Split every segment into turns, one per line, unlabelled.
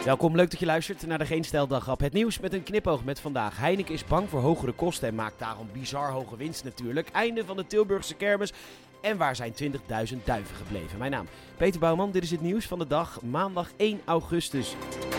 Welkom, leuk dat je luistert naar de Geen Stijl Daggrap. Het nieuws met een knipoog met vandaag. Heineken is bang voor hogere kosten en maakt daarom bizar hoge winst natuurlijk. Einde van de Tilburgse kermis. En waar zijn 20.000 duiven gebleven? Mijn naam Peter Bouwman, dit is het nieuws van de dag, maandag 1 augustus.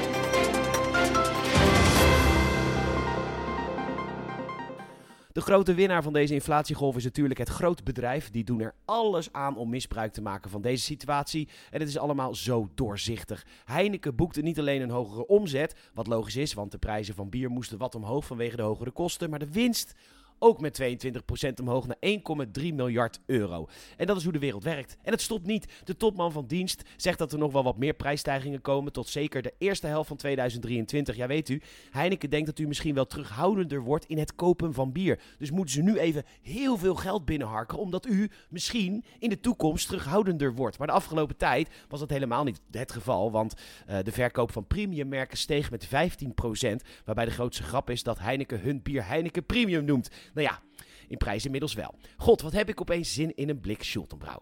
De grote winnaar van deze inflatiegolf is natuurlijk het grootbedrijf. Die doen er alles aan om misbruik te maken van deze situatie. En het is allemaal zo doorzichtig. Heineken boekte niet alleen een hogere omzet, wat logisch is, want de prijzen van bier moesten wat omhoog vanwege de hogere kosten. Maar de winst ook met 22% omhoog naar 1,3 miljard euro. En dat is hoe de wereld werkt. En het stopt niet. De topman van dienst zegt dat er nog wel wat meer prijsstijgingen komen, tot zeker de eerste helft van 2023. Ja, weet u, Heineken denkt dat u misschien wel terughoudender wordt in het kopen van bier. Dus moeten ze nu even heel veel geld binnenharken, omdat u misschien in de toekomst terughoudender wordt. Maar de afgelopen tijd was dat helemaal niet het geval, want de verkoop van premiummerken steeg met 15%, waarbij de grootste grap is dat Heineken hun bier Heineken Premium noemt. Nou ja, in prijs inmiddels wel. God, wat heb ik opeens zin in een blik Schultenbrouw.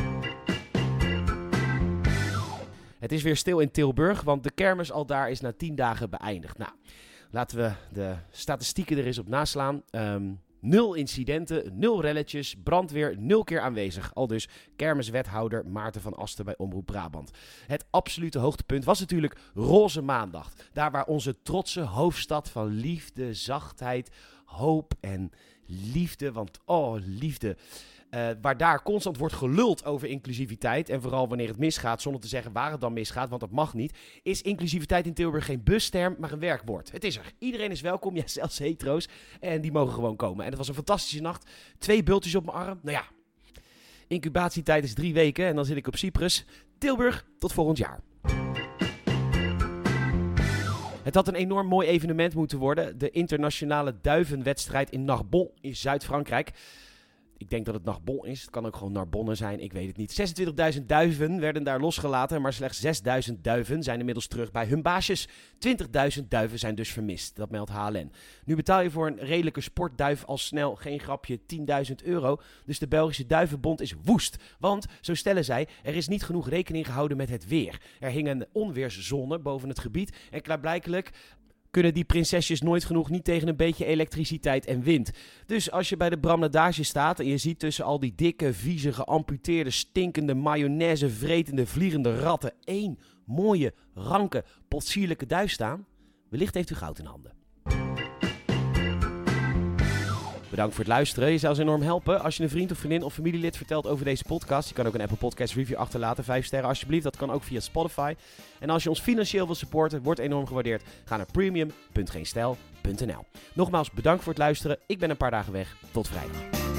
Het is weer stil in Tilburg, want de kermis aldaar is na 10 dagen beëindigd. Nou, laten we de statistieken er eens op naslaan. 0 incidenten, 0 relletjes, brandweer 0 keer aanwezig. Aldus kermiswethouder Maarten van Asten bij Omroep Brabant. Het absolute hoogtepunt was natuurlijk Roze Maandag. Daar waar onze trotse hoofdstad van liefde, zachtheid, hoop en liefde, want liefde, waar daar constant wordt geluld over inclusiviteit en vooral wanneer het misgaat, zonder te zeggen waar het dan misgaat, want dat mag niet, is inclusiviteit in Tilburg geen busterm, maar een werkwoord. Het is er. Iedereen is welkom, ja, zelfs hetero's, en die mogen gewoon komen. En het was een fantastische nacht. 2 bultjes op mijn arm. Nou ja, incubatietijd is 3 weken en dan zit ik op Cyprus. Tilburg, tot volgend jaar. Het had een enorm mooi evenement moeten worden. De internationale duivenwedstrijd in Narbonne in Zuid-Frankrijk. Ik denk dat het Narbonne is. Het kan ook gewoon Narbonne zijn. Ik weet het niet. 26.000 duiven werden daar losgelaten. Maar slechts 6.000 duiven zijn inmiddels terug bij hun baasjes. 20.000 duiven zijn dus vermist. Dat meldt HLN. Nu betaal je voor een redelijke sportduif al snel, geen grapje, 10.000 euro. Dus de Belgische Duivenbond is woest. Want, zo stellen zij, er is niet genoeg rekening gehouden met het weer. Er hing een onweerszone boven het gebied. En klaarblijkelijk kunnen die prinsesjes nooit genoeg niet tegen een beetje elektriciteit en wind. Dus als je bij de Bramladage staat en je ziet tussen al die dikke, vieze, geamputeerde, stinkende, mayonaise vretende, vliegende ratten 1 mooie, ranke, potsierlijke duif staan, wellicht heeft u goud in handen. Bedankt voor het luisteren. Je zou ons enorm helpen als je een vriend of vriendin of familielid vertelt over deze podcast. Je kan ook een Apple Podcast review achterlaten. 5 sterren alsjeblieft. Dat kan ook via Spotify. En als je ons financieel wil supporten, wordt enorm gewaardeerd. Ga naar premium.geenstijl.nl. Nogmaals bedankt voor het luisteren. Ik ben een paar dagen weg. Tot vrijdag.